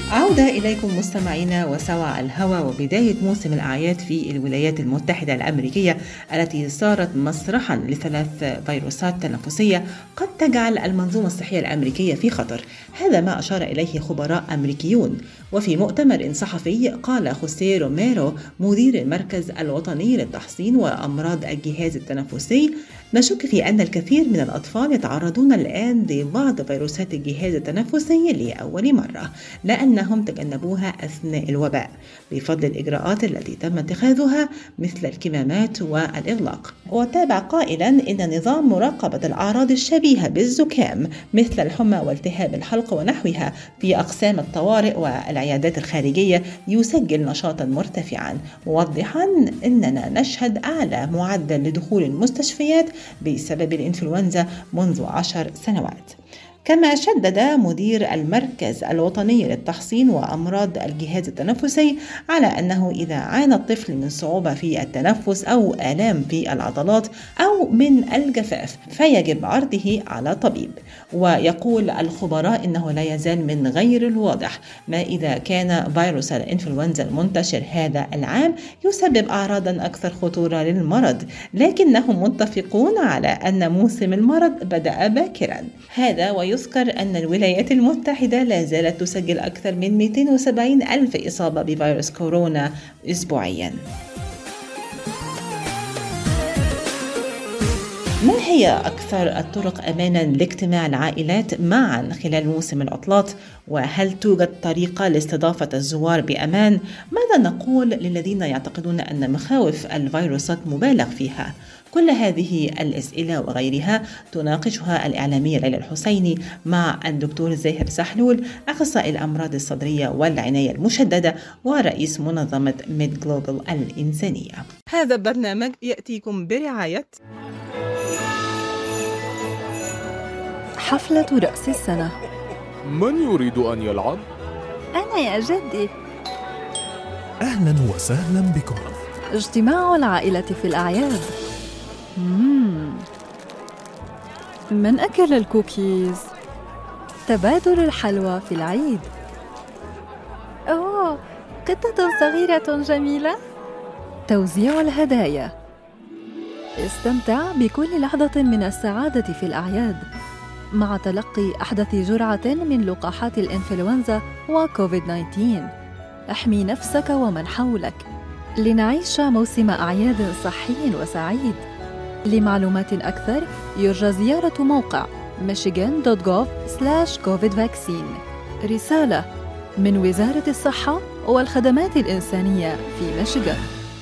عودة إليكم مستمعينا وسوا على الهواء، وبداية موسم الأعياد في الولايات المتحدة الأمريكية التي صارت مسرحا لثلاث فيروسات تنفسية قد تجعل المنظومة الصحية الأمريكية في خطر. هذا ما أشار إليه خبراء أمريكيون. وفي مؤتمر صحفي قال خوسيه روميرو مدير المركز الوطني للتحصين وأمراض الجهاز التنفسي: نشك في أن الكثير من الأطفال يتعرضون الآن لبعض فيروسات الجهاز التنفسي لأول مرة لأنهم تجنبوها أثناء الوباء بفضل الإجراءات التي تم اتخاذها مثل الكمامات والإغلاق. وتابع قائلا إن نظام مراقبة الأعراض الشبيهة بالزكام مثل الحمى والتهاب الحلق ونحوها في أقسام الطوارئ والعيادات الخارجية يسجل نشاطا مرتفعا، موضحا أننا نشهد أعلى معدل لدخول المستشفيات بسبب الإنفلونزا منذ 10 سنوات. كما شدد مدير المركز الوطني للتحصين وأمراض الجهاز التنفسي على أنه إذا عانى الطفل من صعوبة في التنفس أو آلام في العضلات أو من الجفاف فيجب عرضه على طبيب. ويقول الخبراء أنه لا يزال من غير الواضح ما إذا كان فيروس الإنفلونزا المنتشر هذا العام يسبب أعراضا أكثر خطورة للمرض، لكنهم متفقون على أن موسم المرض بدأ باكرا. هذا ويذكر أن الولايات المتحدة لا زالت تسجل أكثر من 270 ألف إصابة بفيروس كورونا أسبوعيا. ما هي أكثر الطرق أمانا لاجتماع العائلات معا خلال موسم العطلات؟ وهل توجد طريقة لاستضافة الزوار بأمان؟ ماذا نقول للذين يعتقدون أن مخاوف الفيروسات مبالغ فيها؟ كل هذه الأسئلة وغيرها تناقشها الإعلامية ليلى الحسيني مع الدكتور زاهر سحلول، أخصائي الأمراض الصدرية والعناية المشددة ورئيس منظمة ميد جلوبال الإنسانية. هذا البرنامج يأتيكم برعاية حفلة رأس السنة. من يريد أن يلعب؟ أنا يا جدي. أهلا وسهلا بكم. اجتماع العائلة في الأعياد. من أكل الكوكيز؟ تبادل الحلوى في العيد. أوه، قطة صغيرة جميلة. توزيع الهدايا. استمتع بكل لحظة من السعادة في الأعياد مع تلقي أحدث جرعة من لقاحات الإنفلونزا وكوفيد-19. احمي نفسك ومن حولك لنعيش موسم أعياد صحي وسعيد. لمعلومات أكثر يرجى زيارة موقع michigan.gov/covid-vaccine. رسالة من وزارة الصحة والخدمات الإنسانية في ميشيغان.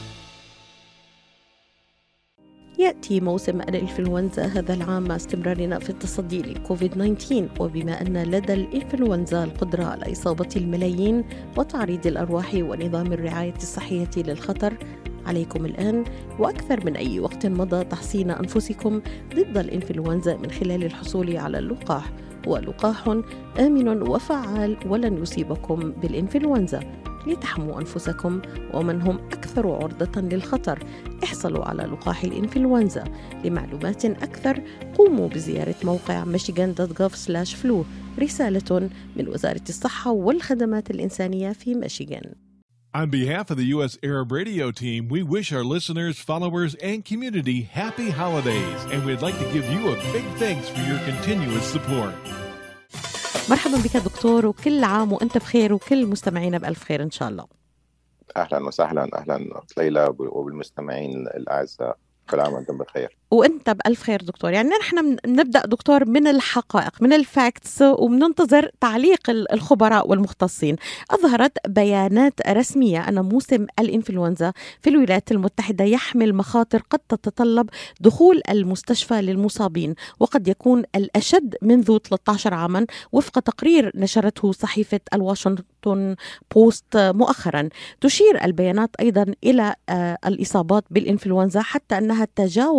يأتي موسم الإنفلونزا هذا العام مع استمرارنا في التصدي لكوفيد-19، وبما أن لدى الإنفلونزا القدرة على إصابة الملايين وتعريض الأرواح ونظام الرعاية الصحية للخطر، عليكم الآن وأكثر من أي وقت مضى تحصين أنفسكم ضد الإنفلونزا من خلال الحصول على اللقاح، ولقاح آمن وفعال ولن يصيبكم بالإنفلونزا. لتحموا أنفسكم ومن هم أكثر عرضة للخطر، احصلوا على لقاح الإنفلونزا. لمعلومات أكثر قوموا بزيارة موقع michigan.gov/flu. رسالة من وزارة الصحة والخدمات الإنسانية في ميشيغان. On behalf of the U.S. Arab Radio team, we wish our listeners, followers, and community happy holidays, and we'd like to give you a big thanks for your continuous support. مرحبا بك دكتور، وكل عام وأنت بخير وكل مستمعينا بألف خير إن شاء الله. أهلا وسهلا، أهلا ليلى وبالمستمعين الأعزاء، كل عام وأنتم بخير. وأنت بألف خير دكتور. يعني نحن نبدأ دكتور من الحقائق، من الفاكتس، ومننتظر تعليق الخبراء والمختصين. أظهرت بيانات رسمية أن موسم الإنفلونزا في الولايات المتحدة يحمل مخاطر قد تتطلب دخول المستشفى للمصابين، وقد يكون الأشد منذ 13 عاما وفق تقرير نشرته صحيفة الواشنطن بوست مؤخرا. تشير البيانات أيضا إلى الإصابات بالإنفلونزا حتى أنها تجاوزت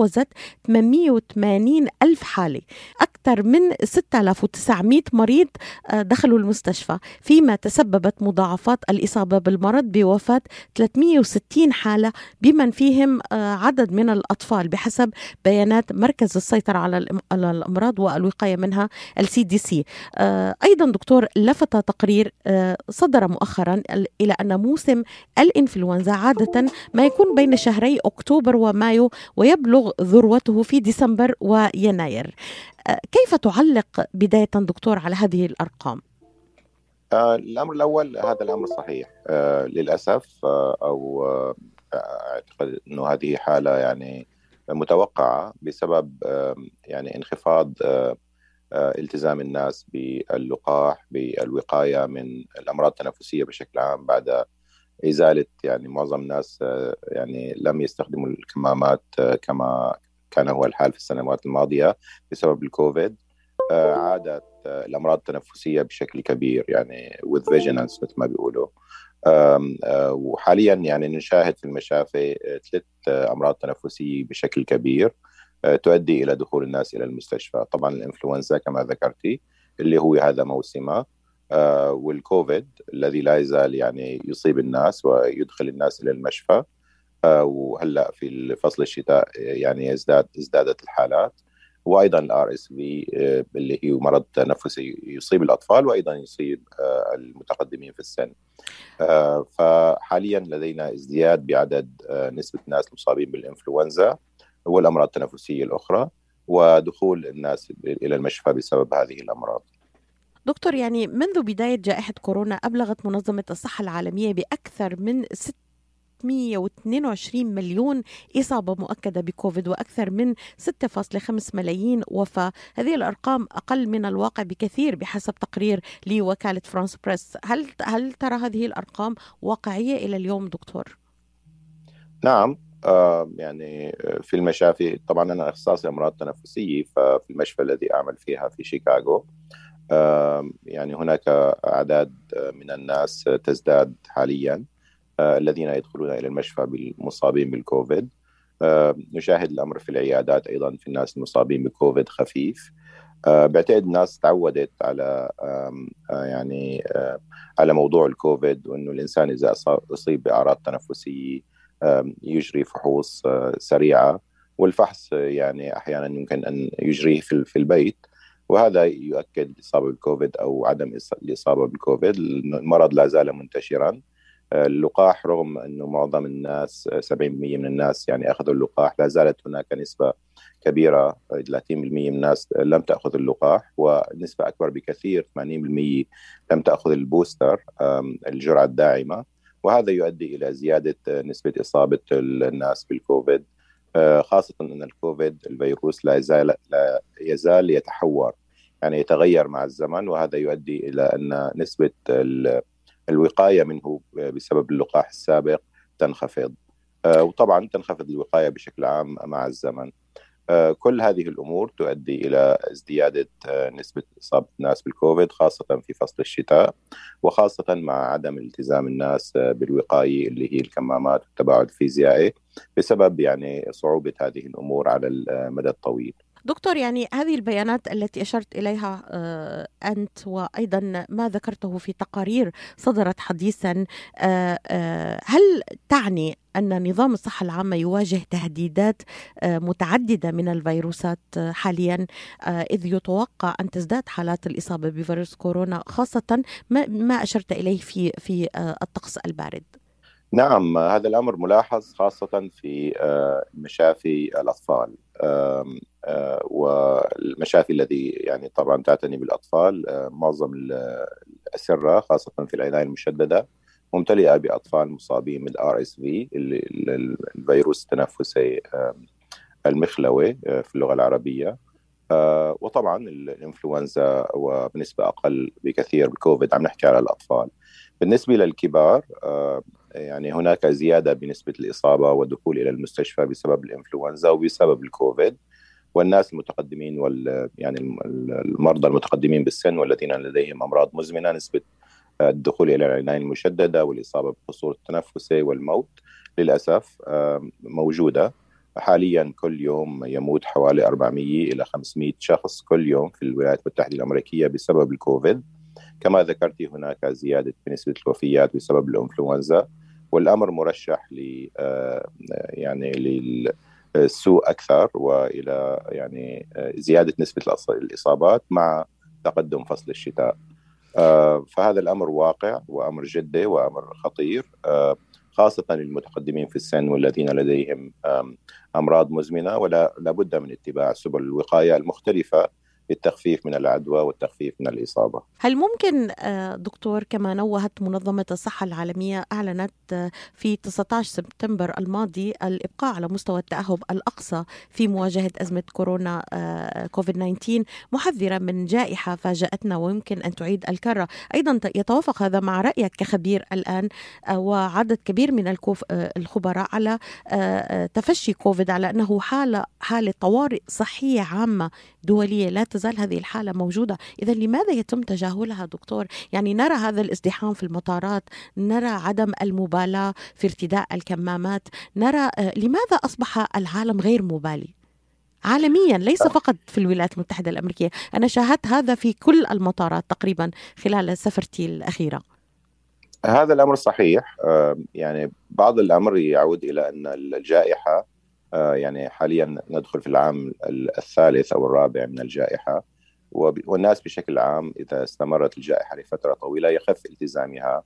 880 ألف حالة، أكثر من 6900 مريض دخلوا المستشفى، فيما تسببت مضاعفات الإصابة بالمرض بوفاة 360 حالة بمن فيهم عدد من الأطفال بحسب بيانات مركز السيطرة على الأمراض والوقاية منها الCDC. أيضا دكتور، لفت تقرير صدر مؤخرا إلى أن موسم الإنفلونزا عادة ما يكون بين شهري أكتوبر ومايو ويبلغ ذروته في ديسمبر ويناير. كيف تعلق بداية دكتور على هذه الأرقام؟ الأمر الأول، هذا الأمر صحيح للأسف، أو أعتقد أنه هذه حالة يعني متوقعة بسبب يعني انخفاض التزام الناس باللقاح بالوقاية من الأمراض التنفسية بشكل عام بعد إزالة يعني معظم الناس يعني لم يستخدموا الكمامات كما كان هو الحال في السنوات الماضية بسبب الكوفيد. عادت الأمراض التنفسية بشكل كبير يعني with vigilance مثل ما بيقولوا. وحاليا يعني نشاهد في المشافي 3 أمراض تنفسية بشكل كبير تؤدي إلى دخول الناس إلى المستشفى. طبعا الإنفلونزا كما ذكرتي اللي هو هذا موسمه، والكوفيد الذي لا يزال يعني يصيب الناس ويدخل الناس إلى المشفى، وهلأ في فصل الشتاء يعني ازدادت الحالات. وأيضا الRSV اللي هي مرض تنفسي يصيب الأطفال وأيضا يصيب المتقدمين في السن. فحاليا لدينا ازدياد بعدد نسبة الناس المصابين بالإنفلونزا والأمراض التنفسية الأخرى ودخول الناس إلى المشفى بسبب هذه الأمراض. دكتور، يعني منذ بداية جائحة كورونا أبلغت منظمة الصحة العالمية بأكثر من 622 مليون إصابة مؤكدة بكوفيد وأكثر من 6.5 ملايين وفاة. هذه الأرقام أقل من الواقع بكثير بحسب تقرير لوكالة فرانس بريس. هل ترى هذه الأرقام واقعية إلى اليوم دكتور؟ نعم، يعني في المشافي، طبعا أنا اختصاصي أمراض تنفسية، ففي المشفى الذي أعمل فيها في شيكاغو يعني هناك أعداد من الناس تزداد حاليا الذين يدخلون إلى المشفى بالمصابين بالكوفيد. نشاهد الأمر في العيادات أيضا في الناس المصابين بكوفيد خفيف. بعتقد الناس تعودت على يعني على موضوع الكوفيد، وأنه الإنسان إذا أصيب بأعراض تنفسية يجري فحوص سريعة، والفحص يعني أحيانا يمكن أن يجريه في البيت، وهذا يؤكد الإصابة بالكوفيد أو عدم الإصابة بالكوفيد. المرض لا زال منتشرا. اللقاح رغم أنه معظم الناس 70% من الناس يعني أخذوا اللقاح، لا زالت هناك نسبة كبيرة 30% من الناس لم تأخذ اللقاح، ونسبة أكبر بكثير 80% لم تأخذ البوستر الجرعة الداعمة، وهذا يؤدي إلى زيادة نسبة إصابة الناس بالكوفيد، خاصة أن الكوفيد الفيروس لا يزال يتحور يعني يتغير مع الزمن، وهذا يؤدي إلى أن نسبة الوقاية منه بسبب اللقاح السابق تنخفض، وطبعا تنخفض الوقاية بشكل عام مع الزمن. كل هذه الأمور تؤدي إلى ازديادة نسبة إصابة الناس بالكوفيد خاصة في فصل الشتاء، وخاصة مع عدم التزام الناس بالوقاية اللي هي الكمامات والتباعد الفيزيائي بسبب يعني صعوبة هذه الأمور على المدى الطويل. دكتور، يعني هذه البيانات التي أشرت إليها أنت وأيضا ما ذكرته في تقارير صدرت حديثا، هل تعني أن نظام الصحة العامة يواجه تهديدات متعددة من الفيروسات حاليا، إذ يتوقع أن تزداد حالات الإصابة بفيروس كورونا، خاصة ما أشرت إليه في الطقس البارد؟ نعم، هذا الأمر ملاحظ خاصة في مشافي الأطفال والمشافي الذي يعني طبعا تعتني بالأطفال. معظم الأسرة خاصة في العناية المشددة ممتلئة بأطفال مصابين بالRSV الفيروس التنفسي المخلوي في اللغة العربية، وطبعا الإنفلونزا وبنسبة أقل بكثير بالكوفيد. عم نحكي على الأطفال. بالنسبة للكبار يعني هناك زيادة بنسبة الإصابة والدخول إلى المستشفى بسبب الإنفلونزا وبسبب الكوفيد، والناس المتقدمين يعني المرضى المتقدمين بالسن والذين لديهم أمراض مزمنة نسبة الدخول إلى العناية المشددة والإصابة بالقصور التنفسي والموت للأسف موجودة. حاليا كل يوم يموت حوالي 400 إلى 500 شخص كل يوم في الولايات المتحدة الأمريكية بسبب الكوفيد. كما ذكرت هناك زيادة بنسبة الوفيات بسبب الإنفلونزا، والأمر مرشح يعني للسوء أكثر وإلى يعني زيادة نسبة الإصابات مع تقدم فصل الشتاء. فهذا الأمر واقع وأمر جدي وأمر خطير، خاصة للمتقدمين في السن والذين لديهم أمراض مزمنة، ولا بد من اتباع سبل الوقاية المختلفة للتخفيف من العدوى والتخفيف من الإصابة. هل ممكن دكتور، كما نوهت منظمة الصحة العالمية، أعلنت في 19 سبتمبر الماضي الإبقاء على مستوى التأهب الأقصى في مواجهة أزمة كورونا كوفيد-19، محذرة من جائحة فاجأتنا ويمكن أن تعيد الكرة. أيضا يتوافق هذا مع رأيك كخبير الآن وعدد كبير من الخبراء على تفشي كوفيد، على أنه حالة طوارئ صحية عامة دولية، لا تزال هذه الحالة موجودة. إذا لماذا يتم تجاهلها دكتور؟ يعني نرى هذا الازدحام في المطارات، نرى عدم المبالاة في ارتداء الكمامات، نرى لماذا أصبح العالم غير مبالي عالميا، ليس فقط في الولايات المتحدة الأمريكية. أنا شاهدت هذا في كل المطارات تقريبا خلال سفرتي الأخيرة. هذا الأمر صحيح. يعني بعض الأمر يعود إلى أن الجائحة، يعني حاليا ندخل في العام الثالث أو الرابع من الجائحة، والناس بشكل عام إذا استمرت الجائحة لفترة طويلة يخف التزامها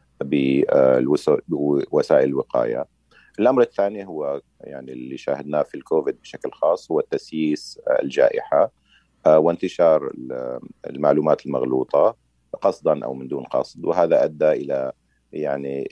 بوسائل الوقاية. الأمر الثاني هو يعني اللي شاهدناه في الكوفيد بشكل خاص هو تسييس الجائحة وانتشار المعلومات المغلوطة قصدا أو من دون قصد، وهذا أدى إلى يعني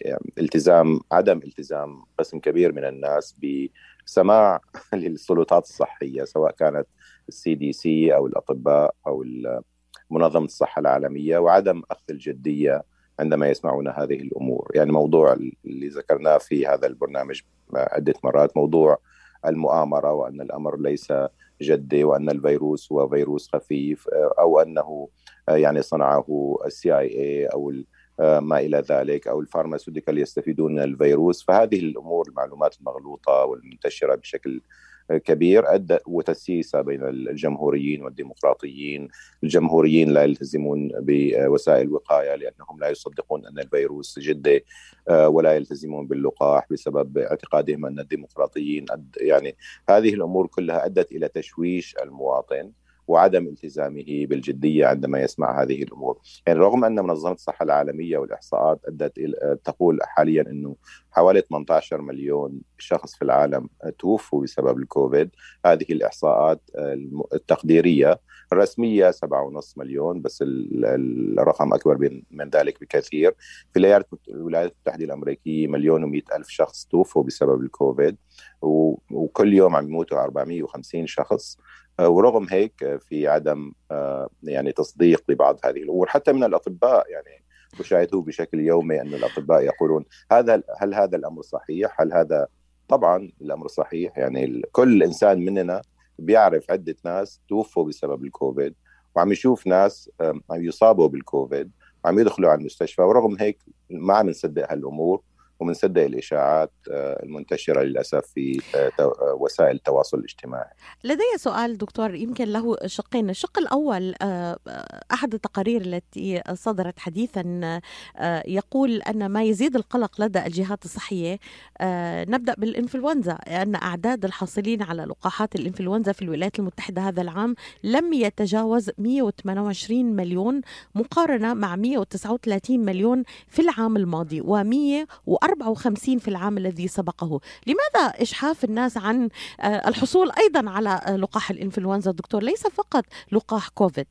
عدم التزام قسم كبير من الناس بسماع للسلطات الصحية، سواء كانت CDC أو الأطباء أو منظمة الصحة العالمية، وعدم أخذ الجدية عندما يسمعون هذه الأمور. يعني موضوع اللي ذكرناه في هذا البرنامج عدة مرات، موضوع المؤامرة، وأن الأمر ليس جدي، وأن الفيروس هو فيروس خفيف، أو أنه يعني صنعه CIA أو ما إلى ذلك، أو الفارماسيوتيكال يستفيدون من الفيروس. فهذه الأمور، المعلومات المغلوطة والمنتشرة بشكل كبير، أدى وتسييسها بين الجمهوريين والديمقراطيين. الجمهوريين لا يلتزمون بوسائل الوقاية لأنهم لا يصدقون أن الفيروس جدي، ولا يلتزمون باللقاح بسبب اعتقادهم أن الديمقراطيين. يعني هذه الأمور كلها أدت إلى تشويش المواطن وعدم التزامه بالجدية عندما يسمع هذه الأمور. يعني رغم أن منظمة الصحة العالمية والإحصاءات تقول حاليا أنه حوالي 18 مليون شخص في العالم توفوا بسبب الكوفيد، هذه الإحصاءات التقديرية. الرسمية 7.5 مليون، بس الرقم أكبر من ذلك بكثير. في الولايات المتحدة الأمريكية 1,100,000 شخص توفوا بسبب الكوفيد، وكل يوم عم يموتوا 450 شخص. ورغم هيك في عدم يعني تصديق لبعض هذه الأمور حتى من الأطباء. يعني أشاهده بشكل يومي أن الأطباء يقولون هل هذا الأمر صحيح؟ هل هذا؟ طبعا الأمر صحيح. يعني كل إنسان مننا بيعرف عدة ناس توفوا بسبب الكوفيد، وعم يشوف ناس عم يصابوا بالكوفيد وعم يدخلوا على المستشفى، ورغم هيك ما عم نصدق هالأمور ومنصدق الإشاعات المنتشرة للأسف في وسائل التواصل الاجتماعي. لدي سؤال دكتور يمكن له شقين. الشق الأول، أحد التقارير التي صدرت حديثا يقول أن ما يزيد القلق لدى الجهات الصحية، نبدأ بالإنفلونزا، أن أعداد الحاصلين على لقاحات الإنفلونزا في الولايات المتحدة هذا العام لم يتجاوز 128 مليون مقارنة مع 139 مليون في العام الماضي و154 في العام الذي سبقه. لماذا إشحاف الناس عن الحصول أيضا على لقاح الإنفلونزا دكتور، ليس فقط لقاح كوفيد؟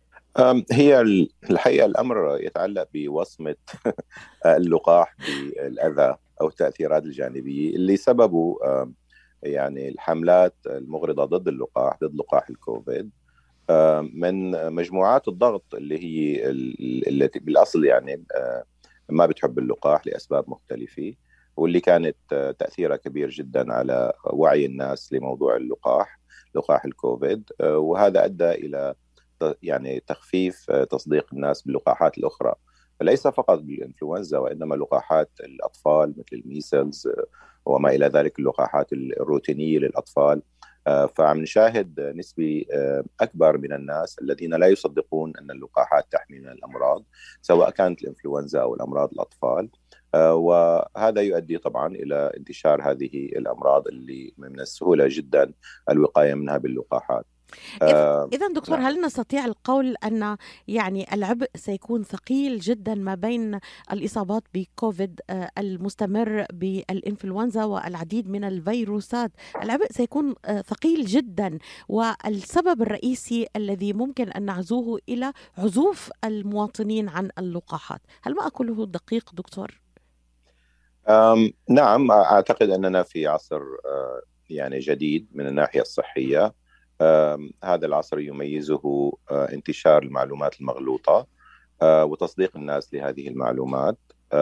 هي الحقيقة الأمر يتعلق بوصمة اللقاح بالأذى أو التأثيرات الجانبية اللي سببوا يعني الحملات المغرضة ضد اللقاح، ضد لقاح الكوفيد، من مجموعات الضغط اللي هي التي بالأصل يعني ما بتحب اللقاح لأسباب مختلفة، واللي كانت تأثيرها كبير جدا على وعي الناس لموضوع لقاح الكوفيد. وهذا أدى إلى يعني تخفيف تصديق الناس باللقاحات الأخرى، ليس فقط بالإنفلونزا وإنما لقاحات الأطفال مثل الميسلز وما إلى ذلك، اللقاحات الروتينية للأطفال. فعم نشاهد نسبة أكبر من الناس الذين لا يصدقون أن اللقاحات تحمي من الأمراض، سواء كانت الإنفلونزا أو الأمراض الأطفال. وهذا يؤدي طبعا إلى انتشار هذه الأمراض اللي من السهولة جدا الوقاية منها باللقاحات. إذن دكتور، هل نستطيع القول أن يعني العبء سيكون ثقيل جدا ما بين الإصابات بكوفيد المستمر بالإنفلونزا والعديد من الفيروسات؟ العبء سيكون ثقيل جدا، والسبب الرئيسي الذي ممكن أن نعزوه إلى عزوف المواطنين عن اللقاحات. هل ما أقوله دقيق دكتور؟ نعم، أعتقد أننا في عصر يعني جديد من الناحية الصحية. هذا العصر يميزه انتشار المعلومات المغلوطة وتصديق الناس لهذه المعلومات،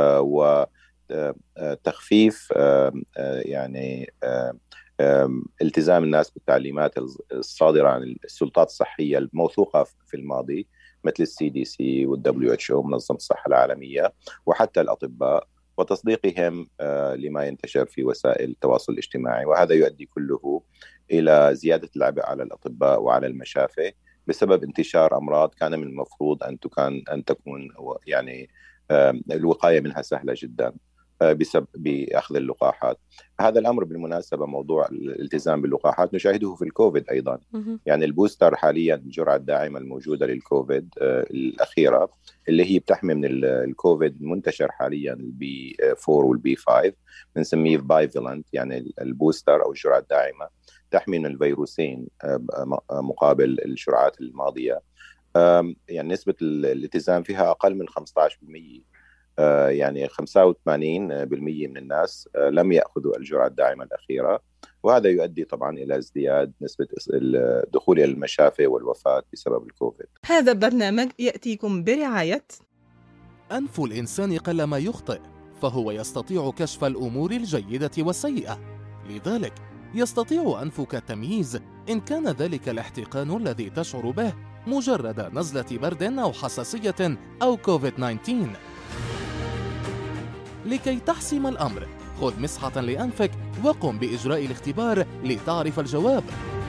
وتخفيف يعني التزام الناس بالتعليمات الصادرة عن السلطات الصحية الموثوقة في الماضي، مثل CDC والWHO منظمة الصحة العالمية، وحتى الأطباء، وتصديقهم لما ينتشر في وسائل التواصل الاجتماعي. وهذا يؤدي كله إلى زيادة العبء على الأطباء وعلى المشافي بسبب انتشار أمراض كان من المفروض أن تكون يعني الوقاية منها سهلة جدا بسبب بأخذ اللقاحات. هذا الأمر بالمناسبة، موضوع الالتزام باللقاحات، نشاهده في الكوفيد أيضا. يعني البوستر حاليا، الجرعة الداعمة الموجودة للكوفيد الأخيرة اللي هي بتحمي من الكوفيد المنتشر حاليا البي 4 والبي 5، بنسميه بايفالنت، يعني البوستر أو الجرعة الداعمة تحمي من الفيروسين مقابل الجرعات الماضية. يعني نسبة الالتزام فيها أقل من 15%. يعني 85% من الناس لم يأخذوا الجرعة الداعمة الأخيرة، وهذا يؤدي طبعا إلى ازدياد نسبة الدخول إلى المشافي والوفاة بسبب الكوفيد. هذا البرنامج يأتيكم برعاية أنف الإنسان قلما يخطئ، فهو يستطيع كشف الأمور الجيدة والسيئة، لذلك يستطيع أنفك تمييز إن كان ذلك الاحتقان الذي تشعر به مجرد نزلة برد أو حساسية أو كوفيد-19. لكي تحسم الأمر، خذ مسحة لأنفك وقم بإجراء الاختبار لتعرف الجواب،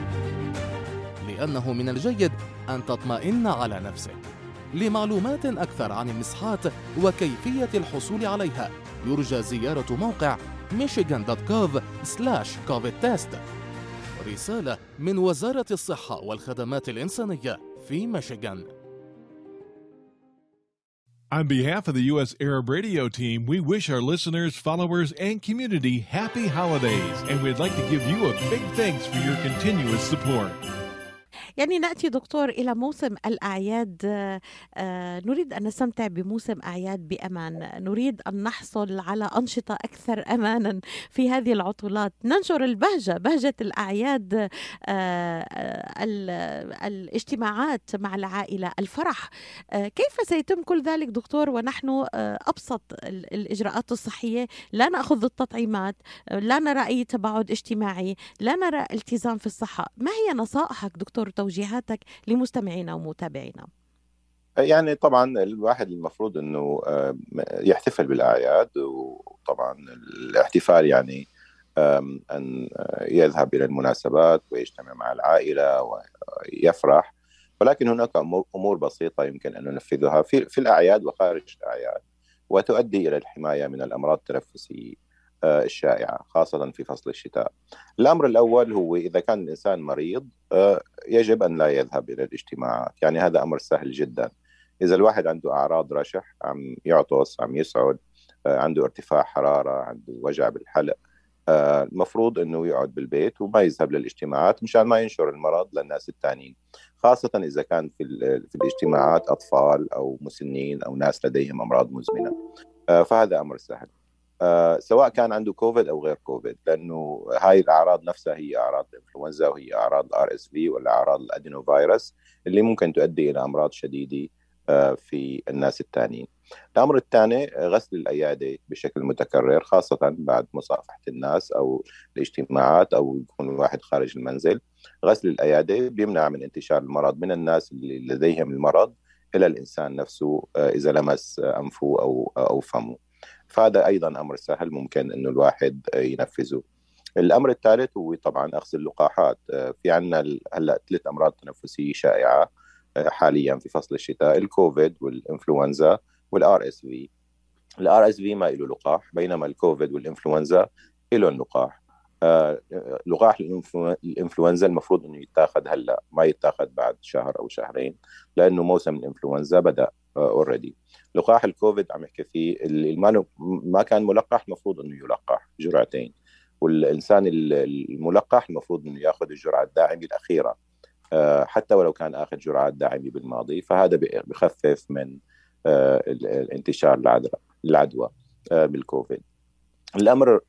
لأنه من الجيد أن تطمئن على نفسك. لمعلومات أكثر عن المسحات وكيفية الحصول عليها، يرجى زيارة موقع michigan.gov/covid-test. رسالة من وزارة الصحة والخدمات الإنسانية في ميشيغان. On behalf of the U.S. Arab Radio team, we wish our listeners, followers, and community happy holidays, and we'd like to give you a big thanks for your continuous support. يعني نأتي دكتور إلى موسم الأعياد. نريد أن نستمتع بموسم أعياد بأمان، نريد أن نحصل على أنشطة أكثر أمانا في هذه العطلات، ننشر البهجة، بهجة الأعياد، الاجتماعات مع العائلة، الفرح. كيف سيتم كل ذلك دكتور ونحن أبسط الإجراءات الصحية لا نأخذ التطعيمات، لا نرى أي تباعد اجتماعي، لا نرى التزام في الصحة؟ ما هي نصائحك دكتور، توجيهاتك لمستمعينا ومتابعينا؟ يعني طبعا الواحد المفروض أنه يحتفل بالأعياد، وطبعا الاحتفال يعني أن يذهب إلى المناسبات ويجتمع مع العائلة ويفرح، ولكن هناك أمور بسيطة يمكن أن ننفذها في الأعياد وخارج الأعياد، وتؤدي إلى الحماية من الأمراض التنفسية الشائعة خاصة في فصل الشتاء. الأمر الأول هو إذا كان الإنسان مريض يجب أن لا يذهب إلى الاجتماعات. يعني هذا أمر سهل جدا. إذا الواحد عنده أعراض رشح، عم يعطس، عم يسعل، عنده ارتفاع حرارة، عنده وجع بالحلق، المفروض أنه يقعد بالبيت وما يذهب للاجتماعات مشان ما ينشر المرض للناس التانيين، خاصة إذا كان في الاجتماعات أطفال أو مسنين أو ناس لديهم أمراض مزمنة. فهذا أمر سهل، سواء كان عنده كوفيد أو غير كوفيد، لأنه هاي الأعراض نفسها هي أعراض الإنفلونزا، وهي أعراض RSV ولا أعراض الأدينوفيروس اللي ممكن تؤدي إلى أمراض شديدة في الناس التانيين. الأمر الثاني غسل الأيادي بشكل متكرر، خاصة بعد مصافحة الناس أو الاجتماعات أو يكون الواحد خارج المنزل. غسل الأيادي بيمنع من انتشار المرض من الناس اللي لديهم المرض إلى الإنسان نفسه إذا لمس أنفه أو فمه. فهذا أيضا أمر سهل ممكن أنه الواحد ينفذه. الأمر الثالث هو طبعا أخذ اللقاحات. في عنا هلأ 3 أمراض تنفسية شائعة حاليا في فصل الشتاء: الكوفيد والإنفلونزا والآر اس في. الآر اس في ما له لقاح، بينما الكوفيد والإنفلونزا له اللقاح. لقاح الإنفلونزا المفروض أنه يتاخذ هلأ، ما يتاخذ بعد شهر أو شهرين، لأنه موسم الإنفلونزا بدأ اوريدي. لقاح الكوفيد عم يحكي فيه اللي ما كان ملقح المفروض أنه يلقح جرعتين، والإنسان الملقح المفروض أنه يأخذ الجرعة الداعمة الأخيرة حتى ولو كان آخذ جرعات داعمة بالماضي، فهذا بخفف من انتشار العدوى بالكوفيد. الأمر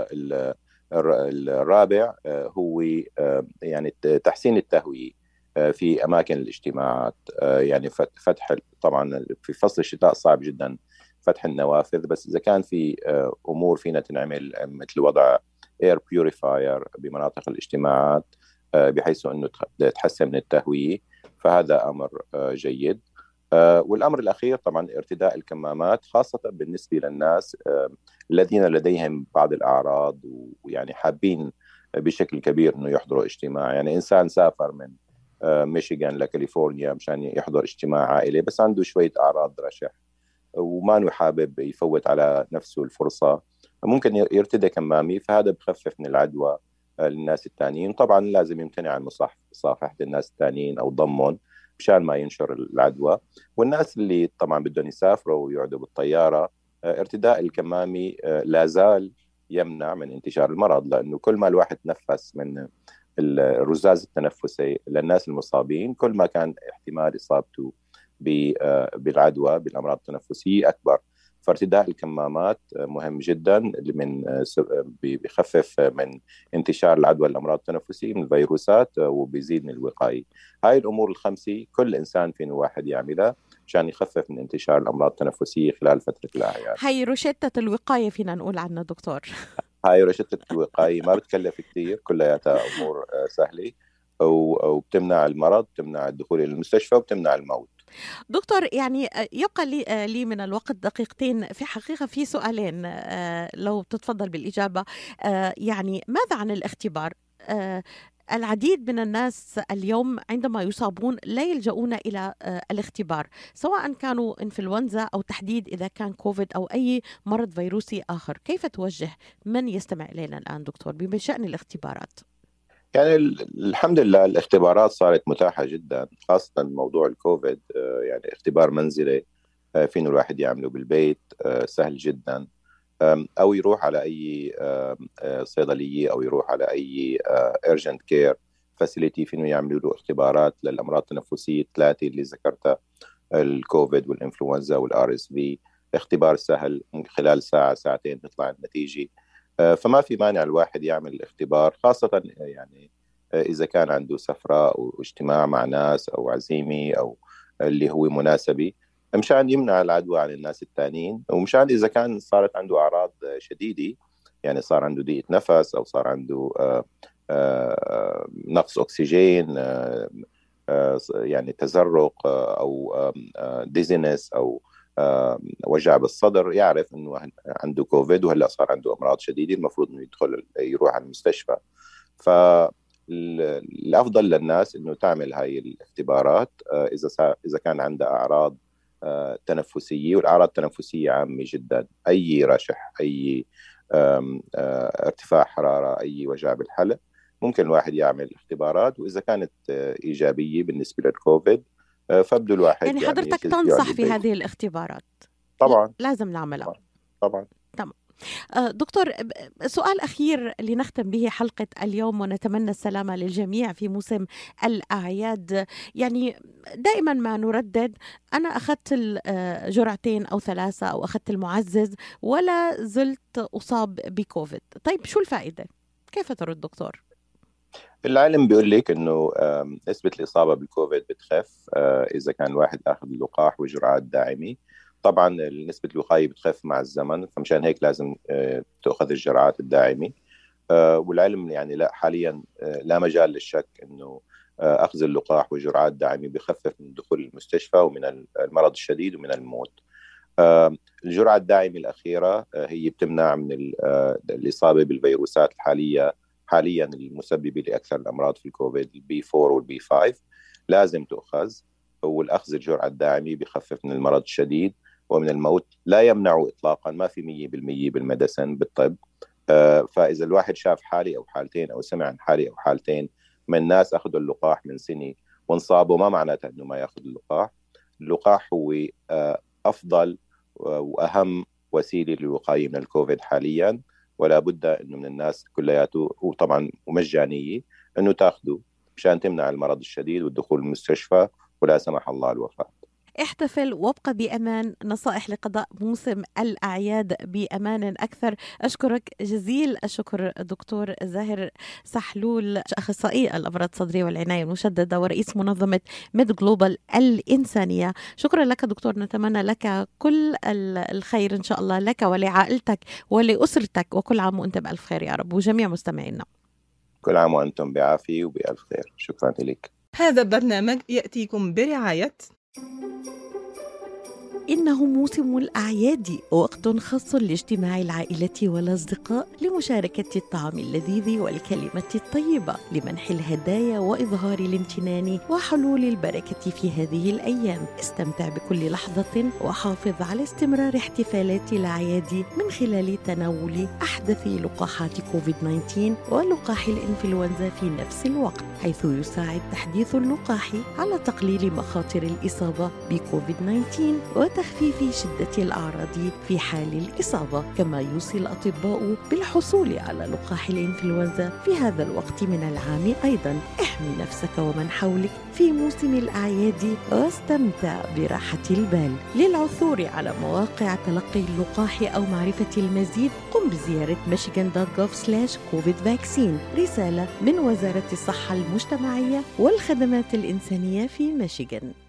الرابع هو يعني تحسين التهوية في أماكن الاجتماعات. يعني فتح، طبعا في فصل الشتاء صعب جدا فتح النوافذ، بس إذا كان في أمور فينا تنعمل مثل وضع اير بيوريفاير بمناطق الاجتماعات بحيث أنه تحسن من التهوية، فهذا أمر جيد. والأمر الأخير طبعا ارتداء الكمامات، خاصة بالنسبة للناس الذين لديهم بعض الأعراض ويعني حابين بشكل كبير أنه يحضروا اجتماع. يعني إنسان سافر من ميشيغان لكاليفورنيا مشان يحضر اجتماع عائلي، بس عنده شوية أعراض رشح وما حابب يفوت على نفسه الفرصة، ممكن يرتدي كمامة، فهذا بخفف من العدوى للناس الثانيين. طبعا لازم يمتنع عن مصافحة الناس الثانيين أو ضمهم مشان ما ينشر العدوى. والناس اللي طبعا بدهم يسافروا ويقعدوا بالطيارة، ارتداء الكمامة لا زال يمنع من انتشار المرض، لأنه كل ما الواحد تنفس من الرذاذ التنفسي للناس المصابين كل ما كان احتمال إصابته بالعدوى بالأمراض التنفسية أكبر. فارتداء الكمامات مهم جدا، بيخفف من انتشار العدوى الأمراض التنفسية من الفيروسات وبيزيد من الوقاية. هاي الأمور الخمسة كل إنسان فينا واحد يعملها عشان يخفف من انتشار الأمراض التنفسية خلال فترة الأعياد. هاي روشتة الوقاية فينا نقول عنها دكتور. هاي روشتة الوقاية ما بتكلف كتير، كلها أمور سهلة وبتمنع المرض، بتمنع الدخول إلى المستشفى وبتمنع الموت. دكتور، يعني يبقى لي من الوقت دقيقتين، في حقيقة في سؤالين لو تتفضل بالإجابة. يعني ماذا عن الاختبار؟ العديد من الناس اليوم عندما يصابون لا يلجؤون إلى الاختبار، سواء كانوا إنفلونزا أو تحديد إذا كان كوفيد أو أي مرض فيروسي آخر. كيف توجه من يستمع إلينا الآن دكتور بشأن الاختبارات؟ يعني الحمد لله الاختبارات صارت متاحة جدا، خاصة موضوع الكوفيد. يعني اختبار منزلي فين الواحد يعمله بالبيت، سهل جدا، أو يروح على أي صيدلية أو يروح على أي urgent care facility فينه يعملوا له اختبارات للأمراض التنفسية 3 اللي ذكرتها: الكوفيد والإنفلونزا والآر اس في. اختبار سهل، خلال ساعة ساعتين تطلع النتيجة. فما في مانع الواحد يعمل الاختبار، خاصة يعني إذا كان عنده سفرة أو اجتماع مع ناس أو عزيمة أو اللي هو مناسبة، مشان يمنع العدوى عن الناس الثانيين، ومشان إذا كان صارت عنده أعراض شديدة، يعني صار عنده ضيقة نفس أو صار عنده نقص أكسجين، يعني تزرق أو ديزينس أو وجع بالصدر، يعرف انه عنده كوفيد وهلا صار عنده امراض شديده، المفروض انه يروح على المستشفى. فالافضل للناس انه تعمل هاي الاختبارات اذا كان عندها اعراض تنفسيه، والاعراض التنفسيه عامه جدا: اي رشح، اي ارتفاع حراره، اي وجع بالحلق، ممكن الواحد يعمل اختبارات، واذا كانت ايجابيه بالنسبه للكوفيد فبدو الواحد يعني حضرتك تنصح في هذه الاختبارات؟ طبعا لازم نعملها طبعا. تمام. دكتور، سؤال أخير لنختم به حلقة اليوم، ونتمنى السلامة للجميع في موسم الأعياد. يعني دائما ما نردد: أنا أخذت الجرعتين أو 3 أو أخذت المعزز ولا زلت أصاب بكوفيد. طيب شو الفائدة؟ كيف ترد دكتور؟ العلم بيقول لك انه نسبة الإصابة بالكوفيد بتخف إذا كان الواحد أخذ اللقاح وجرعات داعمة. طبعا نسبة الوقاية بتخف مع الزمن، فمشان هيك لازم تأخذ الجرعات الداعمة. والعلم يعني لا، حاليا لا مجال للشك انه أخذ اللقاح وجرعات داعمة بخفف من دخول المستشفى ومن المرض الشديد ومن الموت. الجرعة الداعمة الأخيرة هي بتمنع من الإصابة بالفيروسات حاليا المسببة لأكثر الأمراض في الكوفيد، البي 4 والبي 5 لازم تؤخذ. والأخذ الجرعة الداعمة بيخفف من المرض الشديد ومن الموت، لا يمنعه إطلاقا، ما في 100% بالمدسن بالطب. فإذا الواحد شاف حالة أو حالتين أو سمع عن حالة أو حالتين من ناس أخذوا اللقاح من سنة وانصابوا، ما معناته أنه ما يأخذ اللقاح. اللقاح هو أفضل وأهم وسيلة للوقاية من الكوفيد حاليا، ولا بد أنه من الناس كلياته، وطبعا مجانية، أنه تأخذوا مشان تمنع المرض الشديد والدخول المستشفى ولا سمح الله الوفاة. احتفل وابقى بأمان، نصائح لقضاء موسم الأعياد بأمان أكثر. أشكرك جزيل الشكر دكتور زاهر سحلول، أخصائي الأمراض الصدرية والعناية المشددة ورئيس منظمة ميد جلوبال الإنسانية. شكرا لك دكتور، نتمنى لك كل الخير إن شاء الله، لك ولعائلتك ولأسرتك، وكل عام وأنت بألف خير يا رب، وجميع مستمعينا كل عام وأنتم بعافية وبألف خير. شكرا لك. هذا البرنامج يأتيكم برعاية إنه موسم الأعياد، وقت خاص لاجتماع العائلة والأصدقاء لمشاركة الطعام اللذيذ والكلمة الطيبة، لمنح الهدايا وإظهار الامتنان وحلول البركة في هذه الأيام. استمتع بكل لحظة وحافظ على استمرار احتفالات الأعياد من خلال تناول أحدث لقاحات كوفيد-19 ولقاح الإنفلونزا في نفس الوقت، حيث يساعد تحديث اللقاح على تقليل مخاطر الإصابة بكوفيد-19 وتخفيف شدة الأعراض في حال الإصابة. كما يوصي الأطباء بالحصول على لقاح الإنفلونزا في هذا الوقت من العام أيضا. احمي نفسك ومن حولك في موسم الأعياد واستمتع براحة البال. للعثور على مواقع تلقي اللقاح أو معرفة المزيد قم بزيارة michigan.gov/covid-vaccine. رسالة من وزارة الصحة المجتمعية والخدمات الإنسانية في ميشيغان.